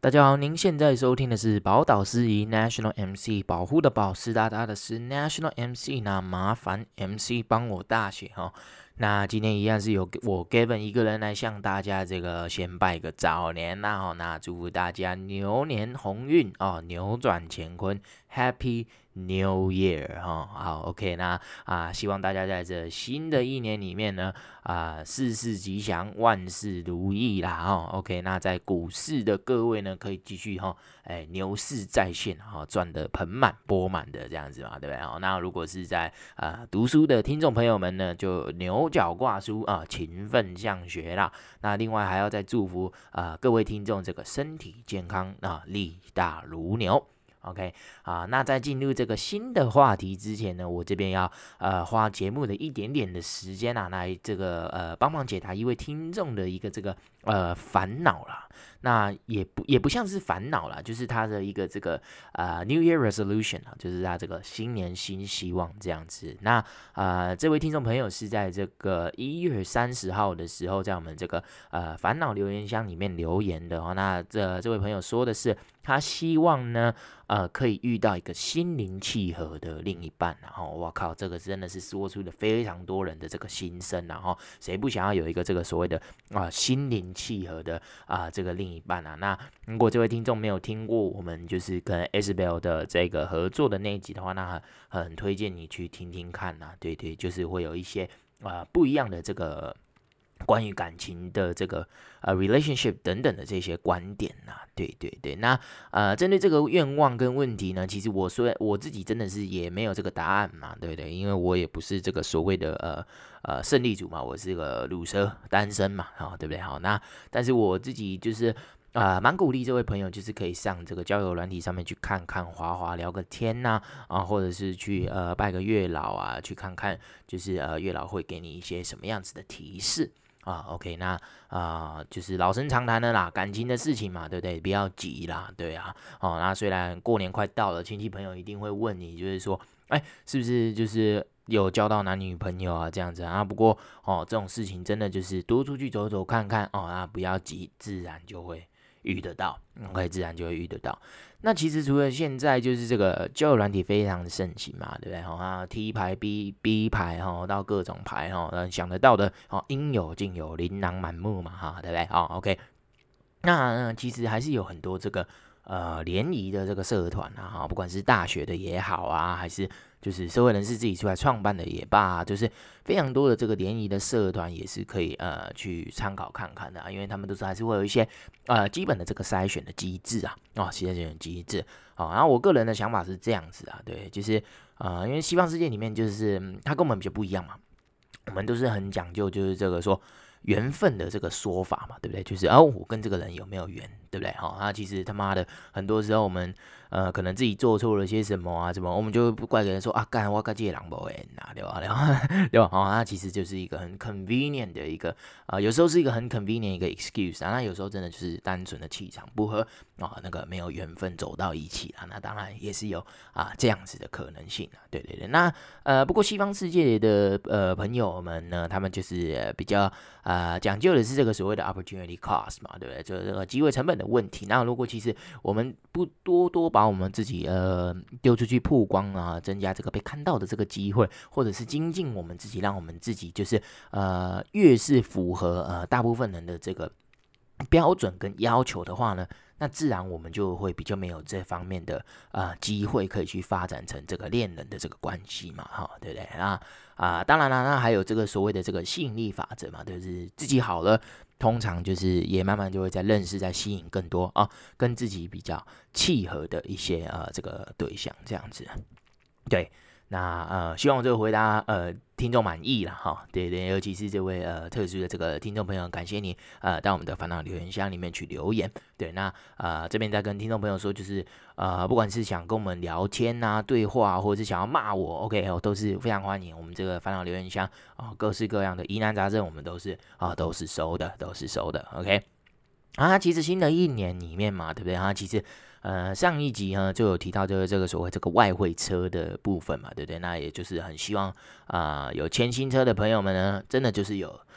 大家好，您现在收听的是宝岛司仪 National MC， 保护的保，湿哒哒的是 National MC， 那麻烦 MC 帮我大写哈。那今天一样是由我 Gavin 一个人来向大家这个先拜个早年啦，那祝福大家牛年鸿运哦，扭转乾坤 ，Happy New Year 哈。好 ，OK， 那希望大家在这新的一年里面呢事事吉祥，万事如意啦哈。OK， 那在股市的各位呢，可以继续牛市再现赚得盆满钵满的这样子嘛，对不对？那如果是在读书的听众朋友们呢，就牛角挂书勤奋向学啦。那另外还要再祝福各位听众这个身体健康力大如牛。OK 那在进入这个新的话题之前呢，我这边要花节目的一点点的时间来这个帮忙解答一位听众的一个这个烦恼啦。那也不像是烦恼啦，就是他的一个这个New Year Resolution 就是他这个新年新希望这样子。那这位听众朋友是在这个1月30号的时候，在我们这个烦恼留言箱里面留言的那这位朋友说的是，他希望呢可以遇到一个心灵契合的另一半，然后我靠，这个真的是说出了非常多人的这个心声，然后谁不想要有一个这个所谓的心灵契合的这个另一半那如果这位听众没有听过我们就是跟 Isabel 的这个合作的那一集的话，那很推荐你去听听看对，就是会有一些不一样的这个关于感情的这个relationship 等等的这些观点对，那针对这个愿望跟问题呢，其实我自己真的是也没有这个答案嘛，对不对？因为我也不是这个所谓的胜利组嘛，我是个乳蛇单身嘛，对不对？好，那但是我自己就是蛮鼓励这位朋友，就是可以上这个交友软体上面去看看滑聊个天或者是去拜个月老去看看，就是月老会给你一些什么样子的提示。OK， 那就是老生常谈的啦，感情的事情嘛，对不对？不要急啦，对那虽然过年快到了，亲戚朋友一定会问你，就是说，是不是就是有交到男女朋友这样子不过这种事情真的就是多出去走走看看不要急，自然就会遇得到，OK， 自然就会遇得到。那其实除了现在就是这个交友软体非常的盛行嘛，对不对？T 牌、B 牌到各种牌想得到的应有尽有，琳琅满目嘛对不对？OK， 那其实还是有很多这个联谊的这个社团不管是大学的也好还是就是社会人士自己出来创办的也罢就是非常多的这个联谊的社团也是可以去参考看看的因为他们都是还是会有一些基本的这个筛选的机制筛选的机制然后我个人的想法是这样子对，就是因为西方世界里面就是它跟我们比较不一样嘛，我们都是很讲究就是这个说缘分的这个说法嘛，对不对？就是我跟这个人有没有缘，对不对？那其实他妈的很多时候我们可能自己做错了些什么什么，我们就不怪给人说干我跟这个人没缘对吧？对吧？那其实就是一个很 convenient 的一个有时候是一个很 convenient 一个 excuse那有时候真的就是单纯的气场不合那个没有缘分走到一起那当然也是有这样子的可能性对。那不过西方世界的朋友们呢，他们就是比较讲究的是这个所谓的 opportunity cost 嘛，对不对？就这个机会成本的问题。那如果其实我们不多把我们自己丢出去曝光增加这个被看到的这个机会，或者是精进我们自己，让我们自己就是越是符合大部分人的这个标准跟要求的话呢，那自然我们就会比较没有这方面的机会可以去发展成这个恋人的这个关系嘛，对不对？当然啦，那还有这个所谓的这个吸引力法则嘛，就是自己好了，通常就是也慢慢就会在认识、在吸引更多跟自己比较契合的一些这个对象这样子，对。那希望我这个回答听众满意啦对，尤其是这位特殊的这个听众朋友，感谢你到我们的烦恼留言箱里面去留言。对，那这边再跟听众朋友说，就是不管是想跟我们聊天对话或者是想要骂我 ，OK 都是非常欢迎。我们这个烦恼留言箱各式各样的疑难杂症，我们都是收的，OK。其实新的一年里面嘛，对不对？其实上一集呢就有提到就是这个所谓这个外汇车的部分嘛，对不对？那也就是很希望有签新车的朋友们呢，真的就是有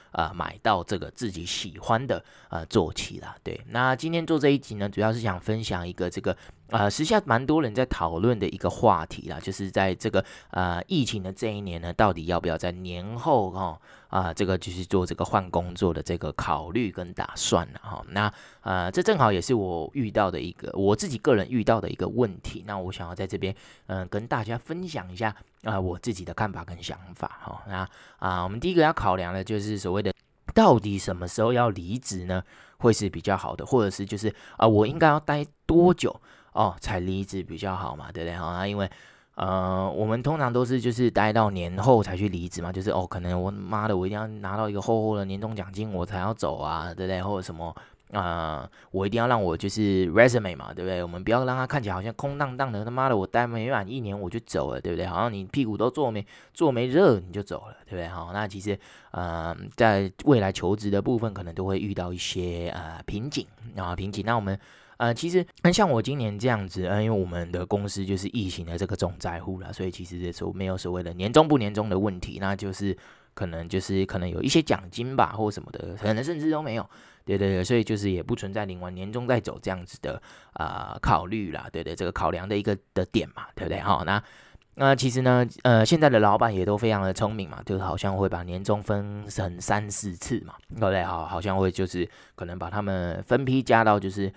买到这个自己喜欢的坐骑啦。对，那今天做这一集呢，主要是想分享一个这个时下蛮多人在讨论的一个话题啦，就是在这个疫情的这一年呢，到底要不要在年后这个就是做这个换工作的这个考虑跟打算了哈。那这正好也是我自己个人遇到的一个问题。那我想要在这边跟大家分享一下我自己的看法跟想法哈。那我们第一个要考量的就是所谓的到底什么时候要离职呢？会是比较好的，或者是就是我应该要待多久才离职比较好嘛，对不对？好，那因为我们通常都是就是待到年后才去离职嘛，就是可能我妈的我一定要拿到一个厚厚的年终奖金我才要走啊，对不对？或者什么我一定要让我就是 resume 嘛，对不对？我们不要让它看起来好像空荡荡的，他妈的我待没满1年我就走了，对不对？好像你屁股都坐没热你就走了，对不对？好，那其实在未来求职的部分可能都会遇到一些瓶颈。那我们其实像我今年这样子，因为我们的公司就是疫情的这个重灾户啦，所以其实没有所谓的年终不年终的问题，那就是可能有一些奖金吧，或什么的，可能甚至都没有。对，所以就是也不存在领完年终再走这样子的考虑啦，对，这个考量的一个的点嘛，对不对？好，那其实呢，现在的老板也都非常的聪明嘛，就是好像会把年终分成3-4次嘛，对不对？好像会就是可能把他们分批加到就是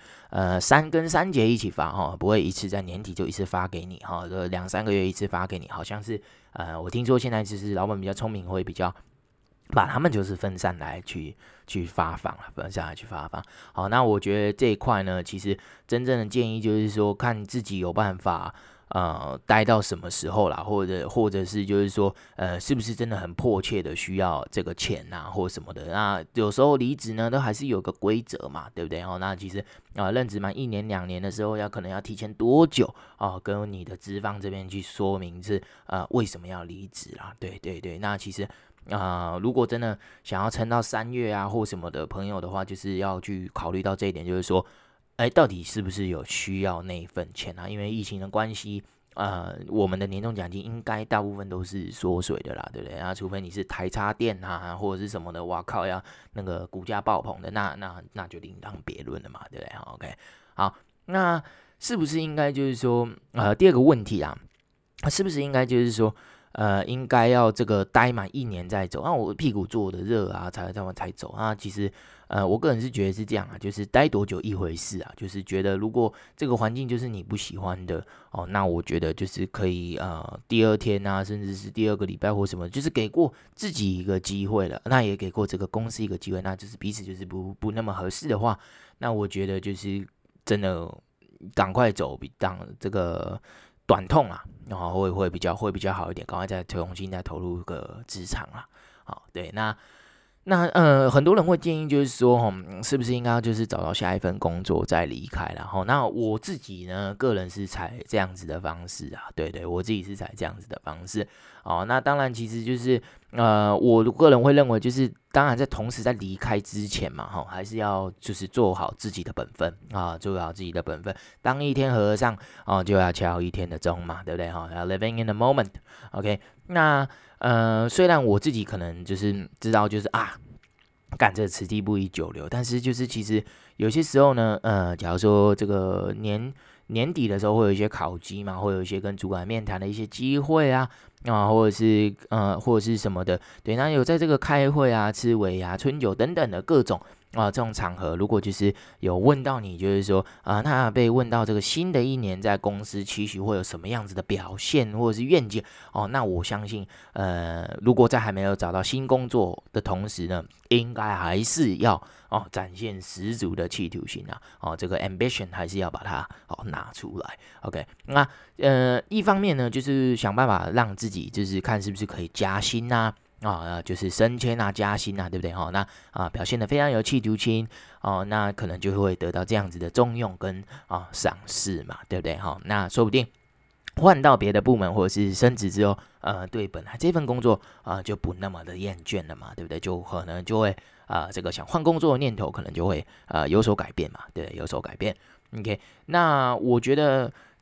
3跟3节一起发不会一次在年底就一次发给你2-3个月一次发给你，好像是我听说现在就是老板比较聪明，会比较把他们就是分散来去发放了，分散来去发放。好，那我觉得这一块呢，其实真正的建议就是说，看自己有办法待到什么时候啦，或者是就是说是不是真的很迫切的需要这个钱啊，或什么的。那有时候离职呢，都还是有个规则嘛，对不对？那其实任职满1年2年的时候，可能要提前多久跟你的资方这边去说明是为什么要离职啦。对，那其实如果真的想要撑到3月啊或什么的朋友的话，就是要去考虑到这一点，就是说到底是不是有需要那一份钱啊？因为疫情的关系，我们的年终奖金应该大部分都是缩水的啦，对不对？除非你是台插电啊，或者是什么的，哇靠，要那个股价爆棚的，那就另当别论了嘛，对不对？OK， 好，那是不是应该就是说，第二个问题啊，是不是应该就是说，应该要这个待满1年再走，我屁股坐的热啊，才走其实我个人是觉得是这样就是待多久一回事就是觉得如果这个环境就是你不喜欢的那我觉得就是可以第2天甚至是第2个礼拜或什么，就是给过自己一个机会了，那也给过这个公司一个机会，那就是彼此就是不那么合适的话，那我觉得就是真的赶快走，比当这个短痛会比较好一点，赶快再重新再投入个职场啦。好，对，那很多人会建议就是说是不是应该就是找到下一份工作再离开，然后那我自己呢个人是采这样子的方式对，我自己是采这样子的方式那当然其实就是我个人会认为就是当然同时在离开之前嘛还是要就是做好自己的本分做好自己的本分，当一天和尚就要敲1天的钟嘛，对不对要 living in the moment OK， 那虽然我自己可能就是知道就是干这此地不宜久留，但是就是其实有些时候呢假如说这个年底的时候会有一些考绩嘛，会有一些跟主管面谈的一些机会或者是什么的，对，那有在这个开会吃尾春酒等等的各种这种场合，如果就是有问到你，就是说那被问到这个新的1年在公司期许会有什么样子的表现或者是愿景那我相信如果在还没有找到新工作的同时呢，应该还是要展现十足的企图心这个 ambition 还是要把它拿出来 OK， 那一方面呢就是想办法让自己就是看是不是可以加薪就是升迁加薪对不对那表现得非常有企图心那可能就会得到这样子的重用跟赏识嘛，对不对那说不定换到别的部门或者是升职之后对本来这份工作就不那么的厌倦了嘛，对不对？就可能就会这个想换工作的念头可能就会有所改变嘛，对，有所改变 OK， 那我觉得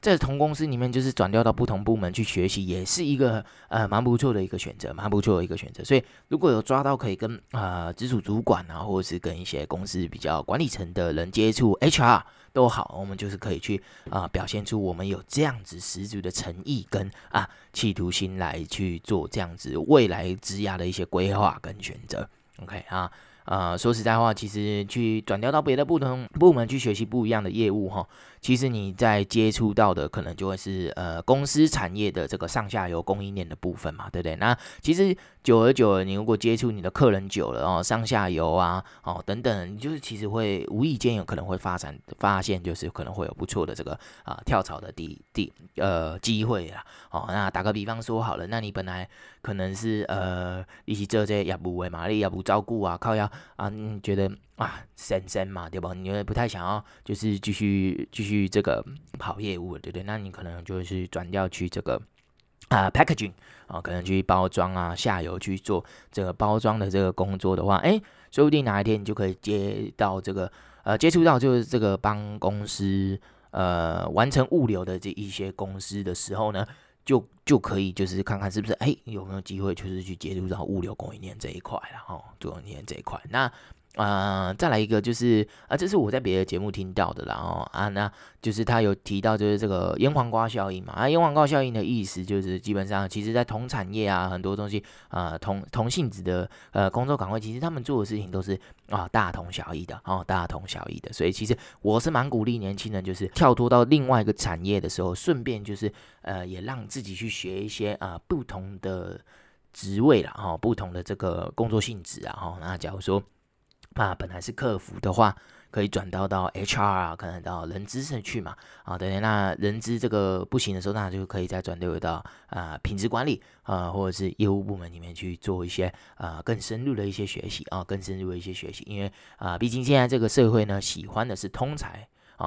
在同公司里面，就是转调到不同部门去学习，也是一个蛮不错的一个选择，蛮不错的一个选择。所以如果有抓到可以跟直属主管啊，或者是跟一些公司比较管理层的人接触，HR 都好，我们就是可以去表现出我们有这样子十足的诚意跟企图心来去做这样子未来职涯的一些规划跟选择。OK 说实在话，其实去转调到别的不同部门去学习不一样的业务哈，其实你在接触到的可能就会是公司产业的这个上下游供应链的部分嘛，对不对？那其实久而，你如果接触你的客人久了哦，上下游等等，你就是其实会无意间有可能会发现，就是可能会有不错的这个跳槽的机会啦。那打个比方说好了，那你本来可能是你是做这业务的嘛，你业务照顾靠要你觉得神嘛，对吧？你会不太想要就是继续这个跑业务，对不对？那你可能就是转调去这个packaging 可能去包装下游去做这个包装的这个工作的话，说不定哪一天你就可以接触到就是这个帮公司完成物流的这一些公司的时候呢，就可以就是看看是不是有没有机会就是去接触到物流供应链这一块啦，供应链这一块。那再来一个就是这是我在别的节目听到的啦那就是他有提到就是这个腌黄瓜效应嘛，腌黄瓜效应的意思就是基本上其实在同产业很多东西同性质的工作岗位，其实他们做的事情都是大同小异的大同小异的。所以其实我是蛮鼓励年轻人就是跳脱到另外一个产业的时候，顺便就是也让自己去学一些不同的职位啦不同的这个工作性质那假如说本来是客服的话，可以转到 HR 可能到人资上去嘛对，那人资这个不行的时候，那就可以再转流到品质管理或者是业务部门里面去做一些更深入的一些学习更深入的一些学习，因为毕竟现在这个社会呢，喜欢的是通才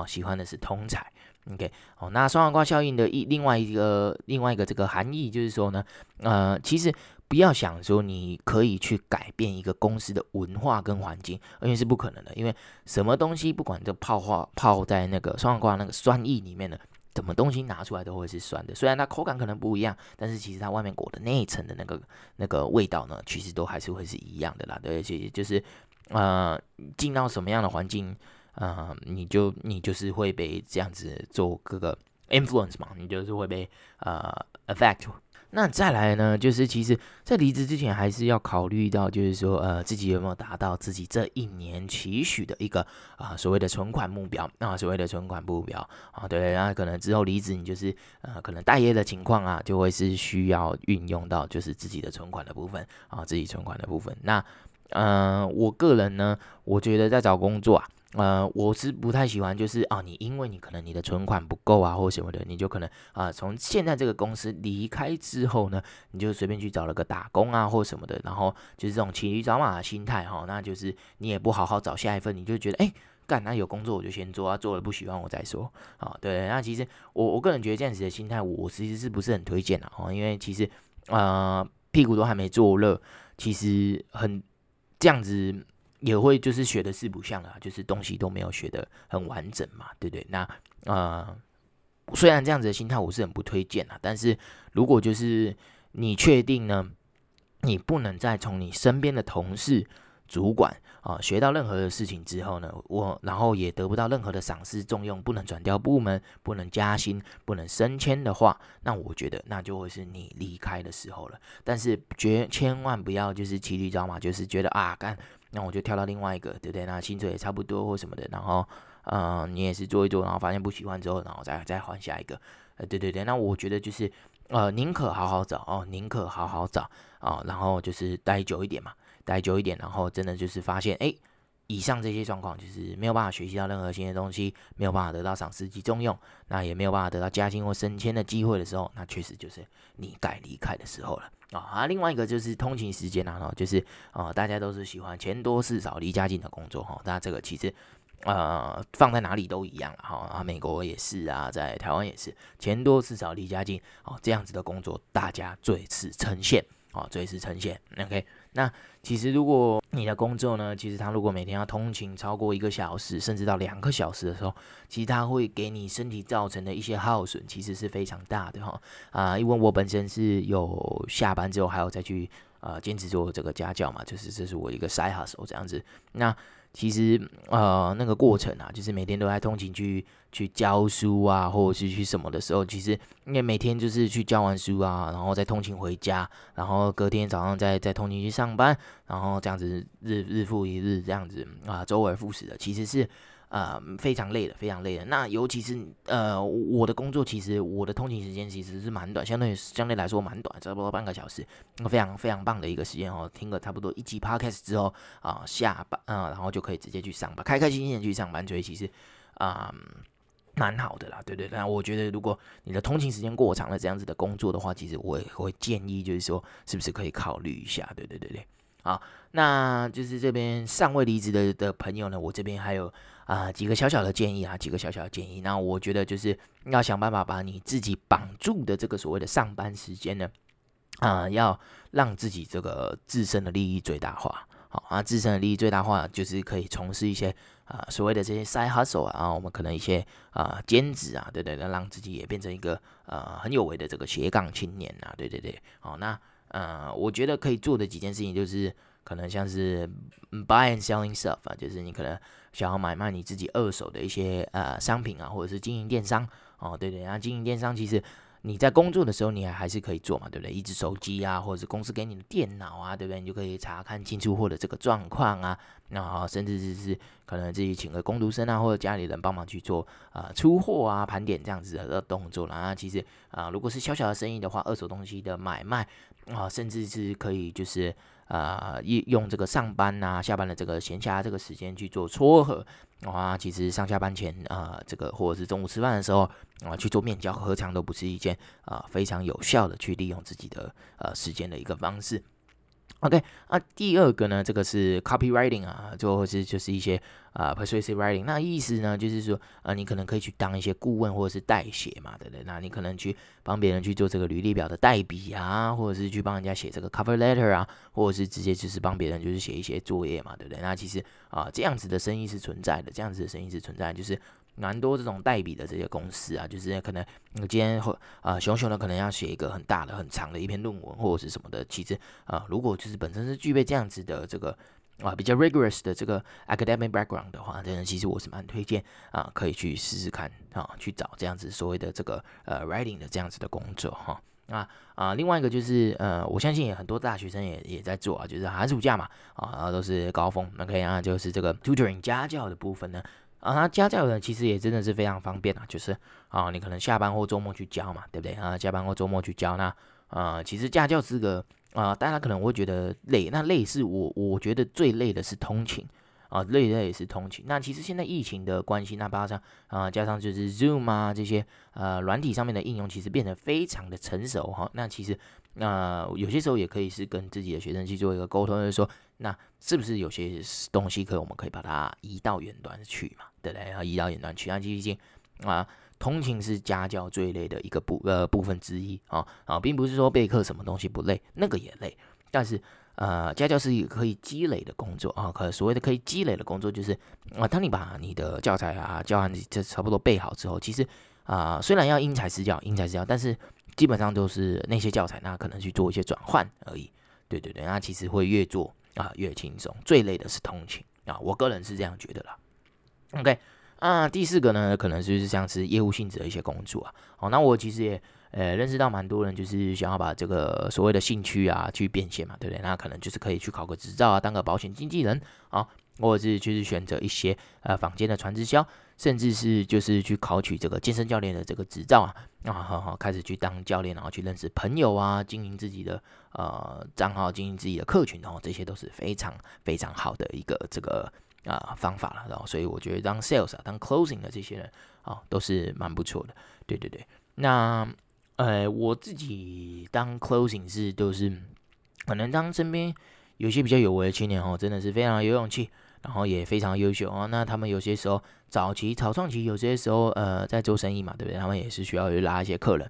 OK， 那双黄瓜效应的另外一个这个含义就是说呢，其实不要想说你可以去改变一个公司的文化跟环境，因为是不可能的。因为什么东西不管就泡在那个双黄瓜那个酸液里面呢，什么东西拿出来都会是酸的。虽然它口感可能不一样，但是其实它外面裹的那一层的那个味道呢，其实都还是会是一样的啦。对，其实就是进到什么样的环境，你就是会被这样子做各个 influence 嘛，你就是会被affect。那再来呢，就是其实在离职之前，还是要考虑到，就是说，自己有没有达到自己这一年期许的一个所谓的存款目标对，那可能之后离职，你就是可能待业的情况就会是需要运用到就是自己的存款的部分自己存款的部分。那我个人呢，我觉得在找工作我是不太喜欢，就是因为你可能你的存款不够或什么的，你就可能从现在这个公司离开之后呢，你就随便去找了个打工或什么的，然后就是这种骑驴找马的心态那就是你也不好好找下一份，你就觉得那有工作我就先做做了不喜欢我再说对，那其实我个人觉得这样子的心态，我其实是不是很推荐因为其实屁股都还没坐热，其实很这样子。也会就是学的四不像啦，就是东西都没有学的很完整嘛，对不对？那虽然这样子的心态我是很不推荐啦，但是如果就是你确定呢，你不能再从你身边的同事、主管学到任何的事情之后呢，然后也得不到任何的赏识重用，不能转调部门，不能加薪，不能升迁的话，那我觉得那就会是你离开的时候了。但是千万不要就是骑驴找马，就是觉得那我就跳到另外一个，对不对？那薪水也差不多或什么的，然后你也是做一做，然后发现不喜欢之后，然后再换下一个，对，那我觉得就是宁可好好找然后就是待久一点嘛，然后真的就是发现以上这些状况就是没有办法学习到任何新的东西，没有办法得到赏识及重用，那也没有办法得到加薪或升迁的机会的时候，那确实就是你该离开的时候了另外一个就是通勤时间就是大家都是喜欢钱多事少离家近的工作那这个其实放在哪里都一样了美国也是在台湾也是钱多事少离家近这样子的工作大家最是呈现最是呈现。OK， 那其实如果你的工作呢，其实它如果每天要通勤超过1个小时，甚至到2个小时的时候，其实它会给你身体造成的一些耗损，其实是非常大的因为我本身是有下班之后还有再去兼职做这个家教嘛，就是这是我一个 side hustle 这样子。那其实那个过程啊，就是每天都在通勤去教书啊，或者是去什么的时候，其实因为每天就是去教完书啊，然后再通勤回家，然后隔天早上再通勤去上班，然后这样子日复一日这样子周而复始的，其实是非常累的，非常累的。那尤其是我的工作，其实我的通勤时间其实是蛮短，相对来说蛮短，差不多半个小时，非常非常棒的一个时间听个差不多1集 podcast 之后下班然后就可以直接去上班，开开心心的去上班，所以其实蛮好的啦，对对。那我觉得如果你的通勤时间过长了，这样子的工作的话，其实我也会建议，就是说是不是可以考虑一下，对。好，那就是这边尚未离职的朋友呢，我这边还有几个小小的建议几个小小的建议。那我觉得就是要想办法把你自己绑住的这个所谓的上班时间呢，要让自己这个自身的利益最大化。好自身的利益最大化，就是可以从事一些所谓的这些 side hustle 我们可能一些兼职对，让自己也变成一个很有为的这个斜杠青年对。好，那我觉得可以做的几件事情就是可能像是buy and selling stuff 就是你可能想要买卖你自己二手的一些商品或者是经营电商对。然后经营电商其实你在工作的时候，你还是可以做嘛，对不对？一只手机或者是公司给你的电脑对不对？你就可以查看进出货的这个状况然后甚至是可能自己请个工读生或者家里人帮忙去做出货盘点这样子的动作啦。那其实如果是小小的生意的话，二手东西的买卖甚至是可以就是用这个上班下班的这个闲暇这个时间去做撮合其实上下班前这个或者是中午吃饭的时候去做面交，何尝都不是一件非常有效的去利用自己的时间的一个方式。OK 第二个呢，这个是 copywriting 就是一些persuasive writing。那意思呢，就是说你可能可以去当一些顾问或者是代写嘛，对不对？那你可能去帮别人去做这个履历表的代笔或者是去帮人家写这个 cover letter 或者是直接就是帮别人就是写一些作业嘛，对不对？那其实这样子的生意是存在的，就是蛮多这种代笔的这些公司就是可能你今天熊熊的可能要写一个很大的很长的一篇论文或者是什么的，其实如果就是本身是具备这样子的这个比较 rigorous 的这个 academic background 的话，真的其实我是蛮推荐可以去试试看去找这样子所谓的这个writing 的这样子的工作另外一个就是我相信也很多大学生也在做就是寒暑假嘛然后都是高峰 OK 就是这个 tutoring 家教的部分呢那家教呢，其实也真的是非常方便就是你可能下班或周末去教嘛，对不对下班或周末去教，那其实家教资格大家可能会觉得累，那累是我觉得最累的是通勤累的也是通勤。那其实现在疫情的关系，那加上就是 Zoom 这些软体上面的应用，其实变得非常的成熟那其实有些时候也可以是跟自己的学生去做一个沟通，就是说那是不是有些东西我们可以把它移到远端去嘛，对不对？移到远端去，那毕竟通勤是家教最累的一个部分之一并不是说备课什么东西不累，那个也累，但是家教是一个可以积累的工作所谓的可以积累的工作就是当你把你的教材教案这差不多备好之后，其实虽然要因材施教，但是基本上都是那些教材，那可能去做一些转换而已。对，那其实会越做越轻松，最累的是通勤我个人是这样觉得啦。OK 第四个呢，可能就是像是业务性质的一些工作那我其实也认识到蛮多人就是想要把这个所谓的兴趣去变现嘛，对不对？那可能就是可以去考个执照当个保险经纪人或者是就是选择一些坊间的传直销，甚至是就是去考取这个健身教练的这个执照开始去当教练，然后去认识朋友经营自己的账号，经营自己的客群这些都是非常非常好的一个这个方法了。然后所以我觉得当 sales 当 closing 的这些人都是蛮不错的。对，那我自己当 closing 都是可能当身边有些比较有为的青年真的是非常有勇气，然后也非常优秀那他们有些时候早期草创期有些时候在做生意嘛，对不对？他们也是需要去拉一些客人，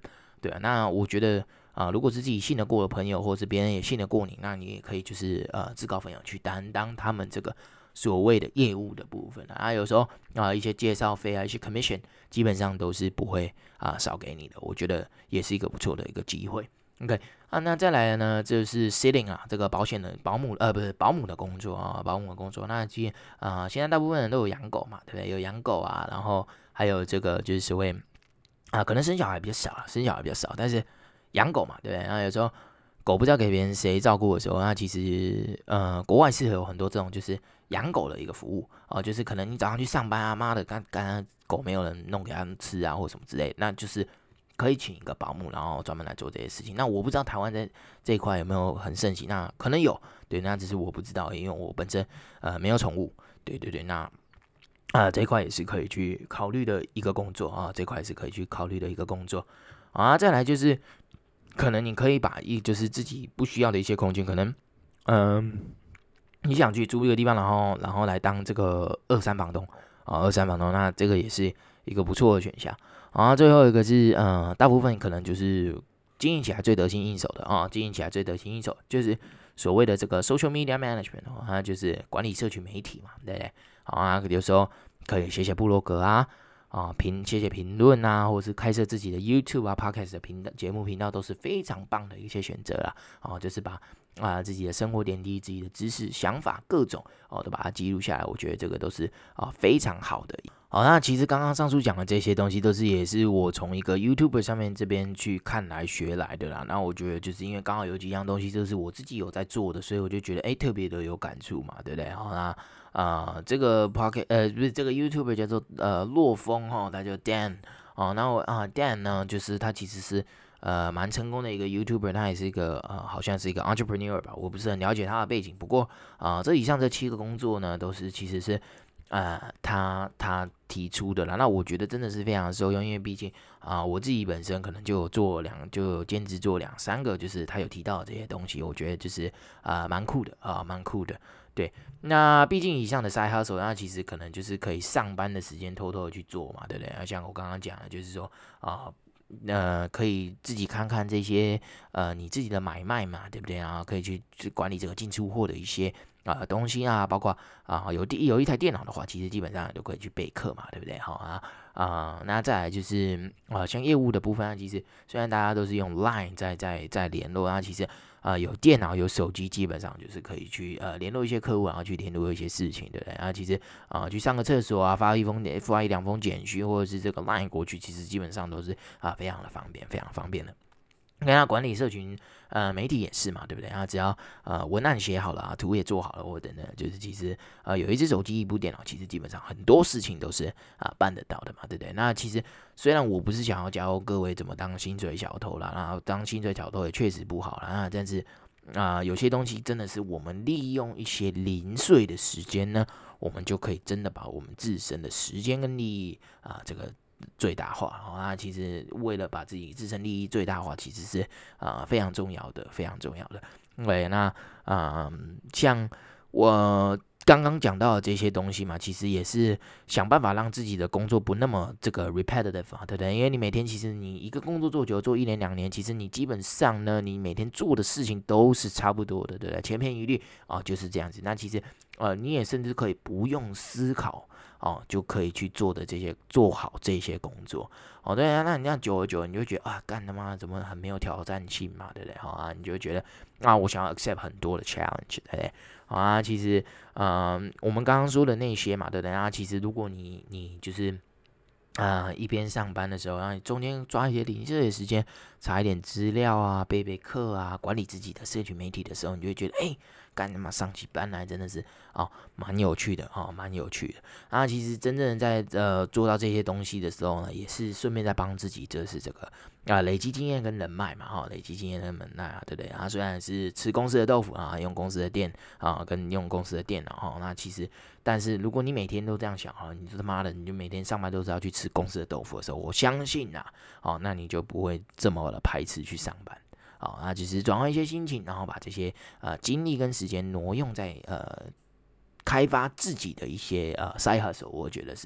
对啊，那我觉得如果是自己信得过的朋友，或者是别人也信得过你，那你也可以就是自告奋勇去担当他们这个所谓的业务的部分啊。有时候一些介绍费啊，一些 commission 基本上都是不会少给你的，我觉得也是一个不错的一个机会。OK 那再来呢，就是 sitting 这个保险的保姆不是保姆的工作保姆的工作。那现在大部分人都有养狗嘛，对不对？有养狗然后还有这个就是所谓可能生小孩比较少，但是养狗嘛，对不对？那有时候狗不知道给别人谁照顾的时候，那其实国外是有很多这种就是养狗的一个服务就是可能你早上去上班妈的刚狗没有人弄给他们吃或什么之类的，那就是可以请一个保姆，然后专门来做这些事情。那我不知道台湾在这一块有没有很盛行，那可能有，对，那只是我不知道，因为我本身没有宠物，对，那这一块也是可以去考虑的一个工作这块是可以去考虑的一个工作再来就是可能你可以把就是自己不需要的一些空间，可能你想去租一个地方，然后来当这个二三房东，那这个也是一个不错的选项。最后一个是大部分可能就是经营起来最得心应手的就是所谓的这个 social media management 它就是管理社群媒体嘛，对不对？有时候可以写部落格写评论或者是开设自己的 YouTube Podcast 的节目频道，都是非常棒的一些选择啦就是把自己的生活点滴、自己的知识、想法各种都把它记录下来，我觉得这个都是非常好的。那其实刚刚上述讲的这些东西也是我从一个 YouTuber 上面这边去看来学来的啦。那我觉得就是因为刚好有几样东西就是我自己有在做的，所以我就觉得特别的有感触嘛，对不对？这个 Podcast 不是这个 YouTuber 叫做洛风他叫 Dan 那Dan 呢，就是他其实是蛮成功的一个 YouTuber， 他也是一个好像是一个 entrepreneur 吧，我不是很了解他的背景。不过这以上这7个工作呢，都是其实是他提出的啦。那我觉得真的是非常受用，因为毕竟我自己本身可能就有兼职做2-3个，就是他有提到的这些东西，我觉得就是蛮酷的对。那毕竟以上的 side hustle， 那其实可能就是可以上班的时间偷偷的去做嘛，对不对？像我刚刚讲的，就是说可以自己看看这些你自己的买卖嘛，对不对可以去管理这个进出货的一些东西包括有一台电脑的话，其实基本上都可以去备课嘛，对不对？那再来就是像业务的部分其实虽然大家都是用 Line 在联络其实有电脑有手机，基本上就是可以去联络一些客户，然后去联络一些事情，对不对？其实去上个厕所发1-2封简讯，或者是这个 Line 过去，其实基本上都是非常的方便，非常方便的。跟他管理社群媒体也是嘛，对不对？只要文案写好了图也做好了，或等等，就是其实有一只手机一部电脑，其实基本上很多事情都是办得到的嘛，对不对？那其实虽然我不是想要教各位怎么当薪水小偷啦，然后当薪水小偷也确实不好啦，但是有些东西真的是我们利用一些零碎的时间呢，我们就可以真的把我们自身的时间跟利益这个最大化其实为了把自己自身利益最大化，其实是非常重要的，非常重要的。对，那像我刚刚讲到的这些东西嘛，其实也是想办法让自己的工作不那么这个 repetitive 对不对？因为你每天其实你一个工作做久，做1年2年，其实你基本上呢，你每天做的事情都是差不多的，对不对？千篇一律就是这样子。那其实你也甚至可以不用思考就可以去做好这些工作对那你这样久而久，你就会觉得干他妈怎么很没有挑战性嘛，对不对？你就会觉得我想要 accept 很多的 challenge， 对不对？其实我们刚刚说的那些嘛，对不对？其实如果你就是一边上班的时候，然后你中间抓一些零碎的时间，查一点资料备课管理自己的社群媒体的时候，你就会觉得干他妈上起班来真的是蛮有趣的蛮有趣的。其实真正在做到这些东西的时候呢，也是顺便在帮自己，就是这个累积经验跟人脉嘛累积经验跟人脉对不对？虽然是吃公司的豆腐用公司的店跟用公司的电脑那其实但是如果你每天都这样想你他妈的你就每天上班都是要去吃公司的豆腐的时候，我相信那你就不会这么的排斥去上班。那只是转换一些心情，然后把这些精力跟时间挪用在开发自己的一些side hustle，我觉得是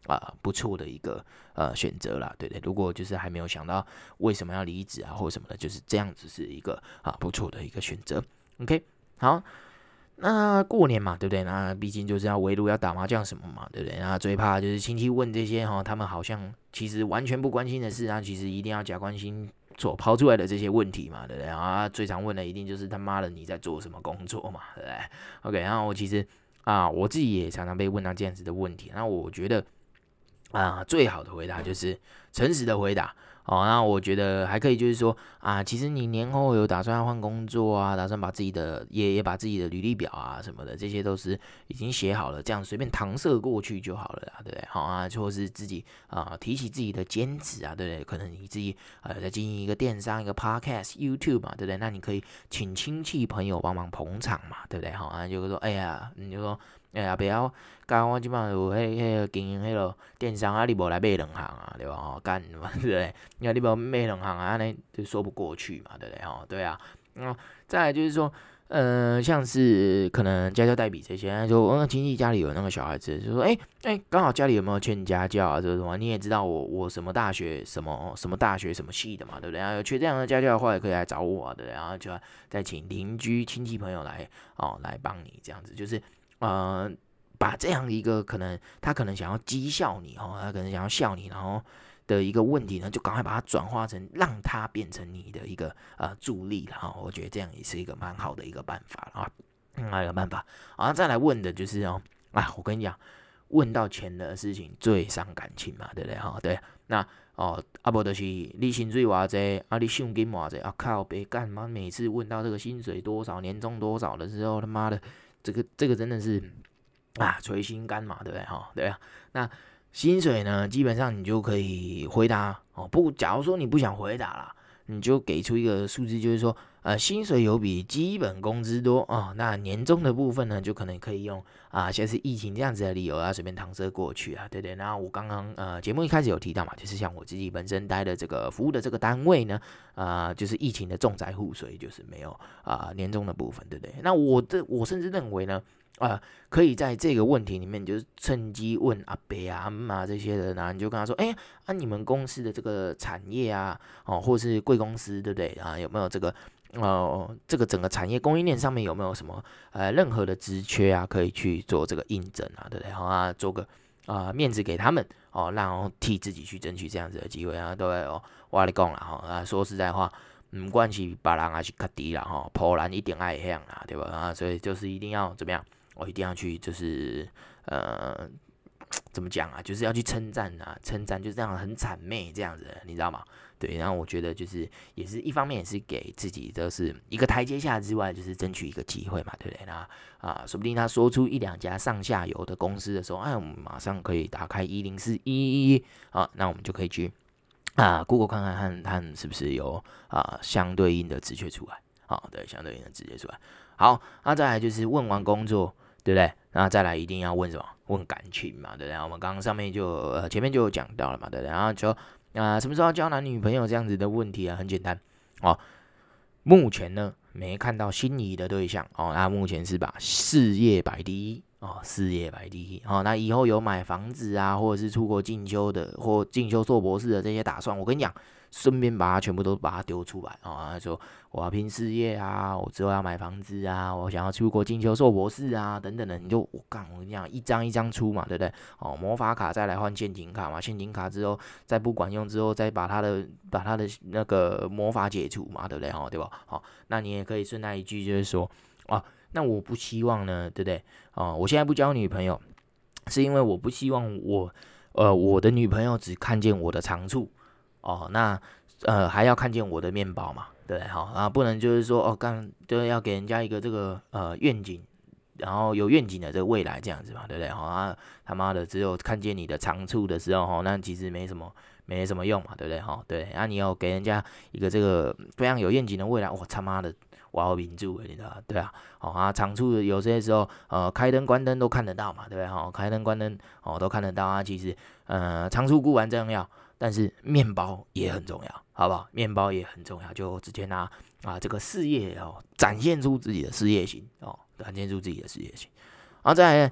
不错的一个选择啦，对不对？如果就是还没有想到为什么要离职啊或什么的，就是这样子是一个不错的一个选择。OK， 好。那过年嘛，对不对？那毕竟就是要围炉要打麻将什么嘛，对不对？那最怕就是亲戚问这些他们好像其实完全不关心的事其实一定要假关心所抛出来的这些问题嘛，对不对？最常问的一定就是他妈的你在做什么工作嘛，对不对？OK，然后我其实我自己也常常被问到这样子的问题，那我觉得最好的回答就是诚实的回答。那我觉得还可以，就是说其实你年后有打算要换工作打算把自己的也把自己的履历表什么的，这些都是已经写好了，这样随便搪塞过去就好了啦，对不对？或是自己提起自己的兼职对不对？可能你自己在经营一个电商、一个 podcast、YouTube 嘛，对不对？那你可以请亲戚朋友帮忙捧场嘛，对不对？就是说，你就说。不要干我即摆有个经营个电商你无来买两行对吧？干嘛对不对？因为你无买两行安尼就说不过去嘛，对不对？对啊。再来就是说，像是可能家教代笔这些，就亲戚家里有那个小孩子，就说，刚好家里有没有欠家教这个什么？你也知道我什么大学什么大学什么系的嘛，对不对？有缺这样的家教的话，也可以来找我对不对？然后就再请邻居亲戚朋友来帮你这样子，就是把这样的一个他可能想要讥笑你他可能想要笑你，然后的一个问题呢，就赶快把它转化成让它变成你的一个助力了我觉得这样也是一个蛮好的一个办法一个办法再来问的就是我跟你讲，问到钱的事情最伤感情嘛，对不对对，那不就是你薪水偌济你奖金偌济靠北干嘛？每次问到这个薪水多少、年终多少的时候，他妈的这个真的是捶心肝嘛，对不对对啊，那薪水呢，基本上你就可以回答假如说你不想回答啦，你就给出一个数字，就是说薪水有比基本工资多那年终的部分呢，就可能可以用像是疫情这样子的理由随便搪塞过去对对。那我刚刚节目一开始有提到嘛，就是像我自己本身待的这个服务的这个单位呢，就是疫情的重灾户，所以就是没有年终的部分，对不对？那我甚至认为呢。可以在这个问题里面，就是趁机问阿伯阿嬷这些人你就跟他说，你们公司的这个产业或是贵公司，对不对有没有这个这个整个产业供应链上面有没有什么任何的职缺可以去做这个应征对不对做个面子给他们然后替自己去争取这样子的机会对不对我跟你讲啦说实在话。不管是别人还是家己啦普然一定爱向啦，对吧所以就是一定要怎么样？我一定要去，就是怎么讲就是要去称赞称赞就这样很谄媚这样子，你知道吗？对，然后我觉得就是也是一方面也是给自己的是一个台阶下之外，就是争取一个机会嘛，对不对？那说不定他说出一两家上下游的公司的时候，我们马上可以打开10411那我们就可以去Google 看看是不是有相对应的职缺出来对，相对应的职缺出来。好，那再来就是问完工作。对不对？那再来一定要问什么？问感情嘛，对不对？我们刚刚上面前面就有讲到了嘛，对不对？然后就什么时候要交男女朋友这样子的问题很简单目前呢没看到心仪的对象那目前是把事业摆第一事业摆第一那以后有买房子或者是出国进修的或进修硕博士的这些打算，我跟你讲。顺便把它全部都把它丢出来说我要拼事业我之后要买房子我想要出国进修硕博士等等的，你就我跟你讲一张一张出嘛，对不对？魔法卡再来换现金卡嘛，现金卡之后再不管用之后再把它的那个魔法解除嘛，对不对？对吧？那你也可以顺带一句就是说那我不希望呢，对不对？我现在不交女朋友，是因为我不希望我的女朋友只看见我的长处。那还要看见我的面包嘛，对不能就是说就是要给人家一个这个愿景，然后有愿景的这个未来这样子嘛，对不对？他妈的只有看见你的长处的时候那其实没什么用嘛，对不对？对，你要给人家一个这个非常有愿景的未来，我他妈的我要民主你知道对长处有些时候开灯关灯都看得到嘛，对不对？开灯关灯都看得到其实长处固然重要。但是面包也很重要，好不好？面包也很重要，就直接拿这个事业展现出自己的事业心展现出自己的事业心。然后再来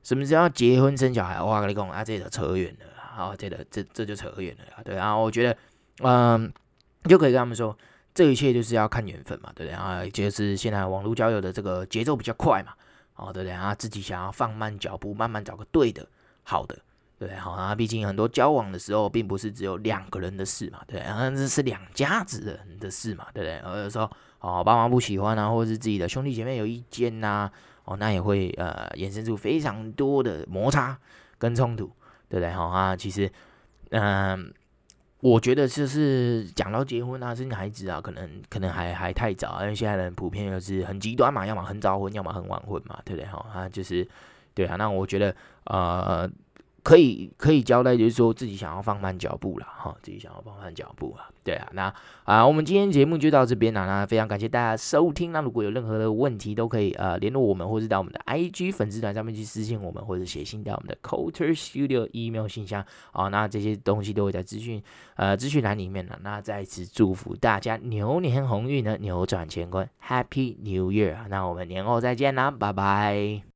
什么时候要结婚生小孩？我跟你讲啊，这就扯远了啦，好，这就扯远了啦，对，然后我觉得，就可以跟他们说，这一切就是要看缘分嘛，对不对啊？就是现在网络交友的这个节奏比较快嘛，哦，对不对啊？自己想要放慢脚步，慢慢找个对的、好的，对不对？好啊，毕竟很多交往的时候，并不是只有两个人的事嘛，对不对啊？这是两家子的人的事嘛，对不对？有时候哦，爸妈不喜欢啊，或者是自己的兄弟姐妹有意见呐、哦，那也会衍生出非常多的摩擦跟冲突，对不对？好啊，其实我觉得就是讲到结婚啊、生孩子啊，可能还太早，因为现在人普遍就是很极端嘛，要么很早婚，要么很晚婚嘛，对不对？哈，就是对啊。那我觉得可以交代，就是说自己想要放慢脚步啦，哈，自己想要放慢脚步啊，对啊。那我们今天节目就到这边啦，那非常感谢大家收听。那如果有任何的问题，都可以联络我们，或是到我们的 IG 粉丝团上面去私信我们，或者写信到我们的 Culture Studio email 信箱。好，那这些东西都会在资讯栏里面了。那再次祝福大家牛年鸿运呢，扭转乾坤，Happy New Year！那我们年后再见啦，拜拜。